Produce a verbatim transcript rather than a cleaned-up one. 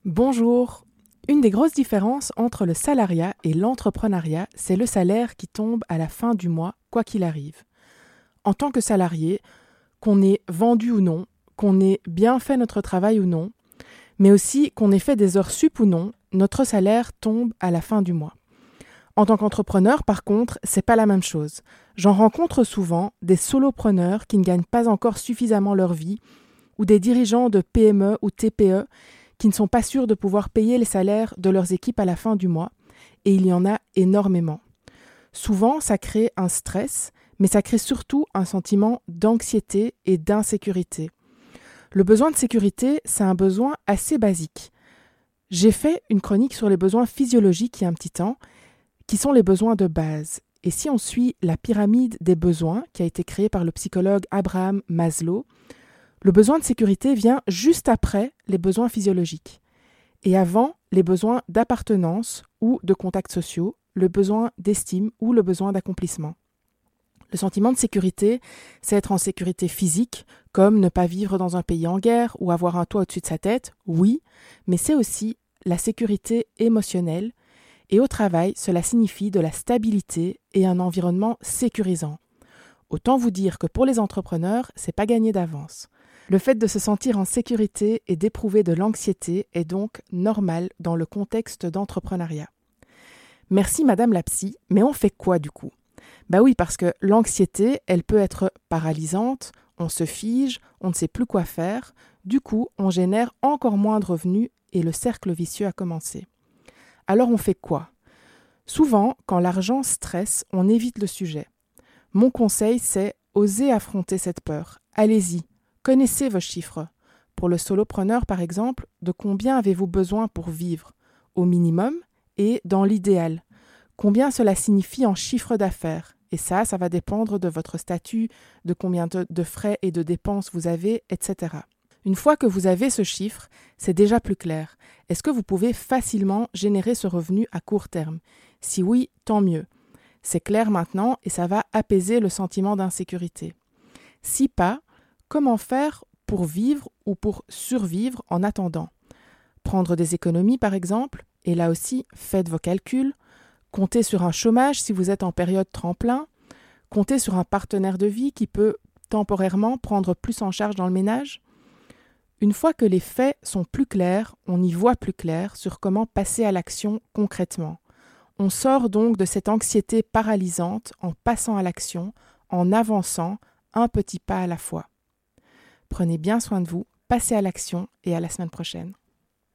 Bonjour. Une des grosses différences entre le salariat et l'entrepreneuriat, c'est le salaire qui tombe à la fin du mois, quoi qu'il arrive. En tant que salarié, qu'on ait vendu ou non, qu'on ait bien fait notre travail ou non, mais aussi qu'on ait fait des heures sup ou non, notre salaire tombe à la fin du mois. En tant qu'entrepreneur, par contre, c'est pas la même chose. J'en rencontre souvent des solopreneurs qui ne gagnent pas encore suffisamment leur vie, ou des dirigeants de P M E ou T P E qui ne sont pas sûrs de pouvoir payer les salaires de leurs équipes à la fin du mois, et il y en a énormément. Souvent, ça crée un stress, mais ça crée surtout un sentiment d'anxiété et d'insécurité. Le besoin de sécurité, c'est un besoin assez basique. J'ai fait une chronique sur les besoins physiologiques il y a un petit temps, qui sont les besoins de base. Et si on suit la pyramide des besoins, qui a été créée par le psychologue Abraham Maslow, le besoin de sécurité vient juste après les besoins physiologiques et avant les besoins d'appartenance ou de contacts sociaux, le besoin d'estime ou le besoin d'accomplissement. Le sentiment de sécurité, c'est être en sécurité physique, comme ne pas vivre dans un pays en guerre ou avoir un toit au-dessus de sa tête, oui, mais c'est aussi la sécurité émotionnelle et au travail, cela signifie de la stabilité et un environnement sécurisant. Autant vous dire que pour les entrepreneurs, c'est pas gagné d'avance. Le fait de se sentir en sécurité et d'éprouver de l'anxiété est donc normal dans le contexte d'entrepreneuriat. Merci Madame la psy, mais on fait quoi du coup ? Bah oui, parce que l'anxiété, elle peut être paralysante, on se fige, on ne sait plus quoi faire, du coup on génère encore moins de revenus et le cercle vicieux a commencé. Alors on fait quoi ? Souvent, quand l'argent stresse, on évite le sujet. Mon conseil, c'est oser affronter cette peur. Allez-y, connaissez vos chiffres. Pour le solopreneur, par exemple, de combien avez-vous besoin pour vivre ? Au minimum et dans l'idéal. Combien cela signifie en chiffre d'affaires ? Et ça, ça va dépendre de votre statut, de combien de, de frais et de dépenses vous avez, et cetera. Une fois que vous avez ce chiffre, c'est déjà plus clair. Est-ce que vous pouvez facilement générer ce revenu à court terme ? Si oui, tant mieux. C'est clair maintenant et ça va apaiser le sentiment d'insécurité. Si pas, comment faire pour vivre ou pour survivre en attendant ? Prendre des économies par exemple, et là aussi, faites vos calculs. Comptez sur un chômage si vous êtes en période tremplin. Comptez sur un partenaire de vie qui peut temporairement prendre plus en charge dans le ménage. Une fois que les faits sont plus clairs, on y voit plus clair sur comment passer à l'action concrètement. On sort donc de cette anxiété paralysante en passant à l'action, en avançant un petit pas à la fois. Prenez bien soin de vous, passez à l'action et à la semaine prochaine.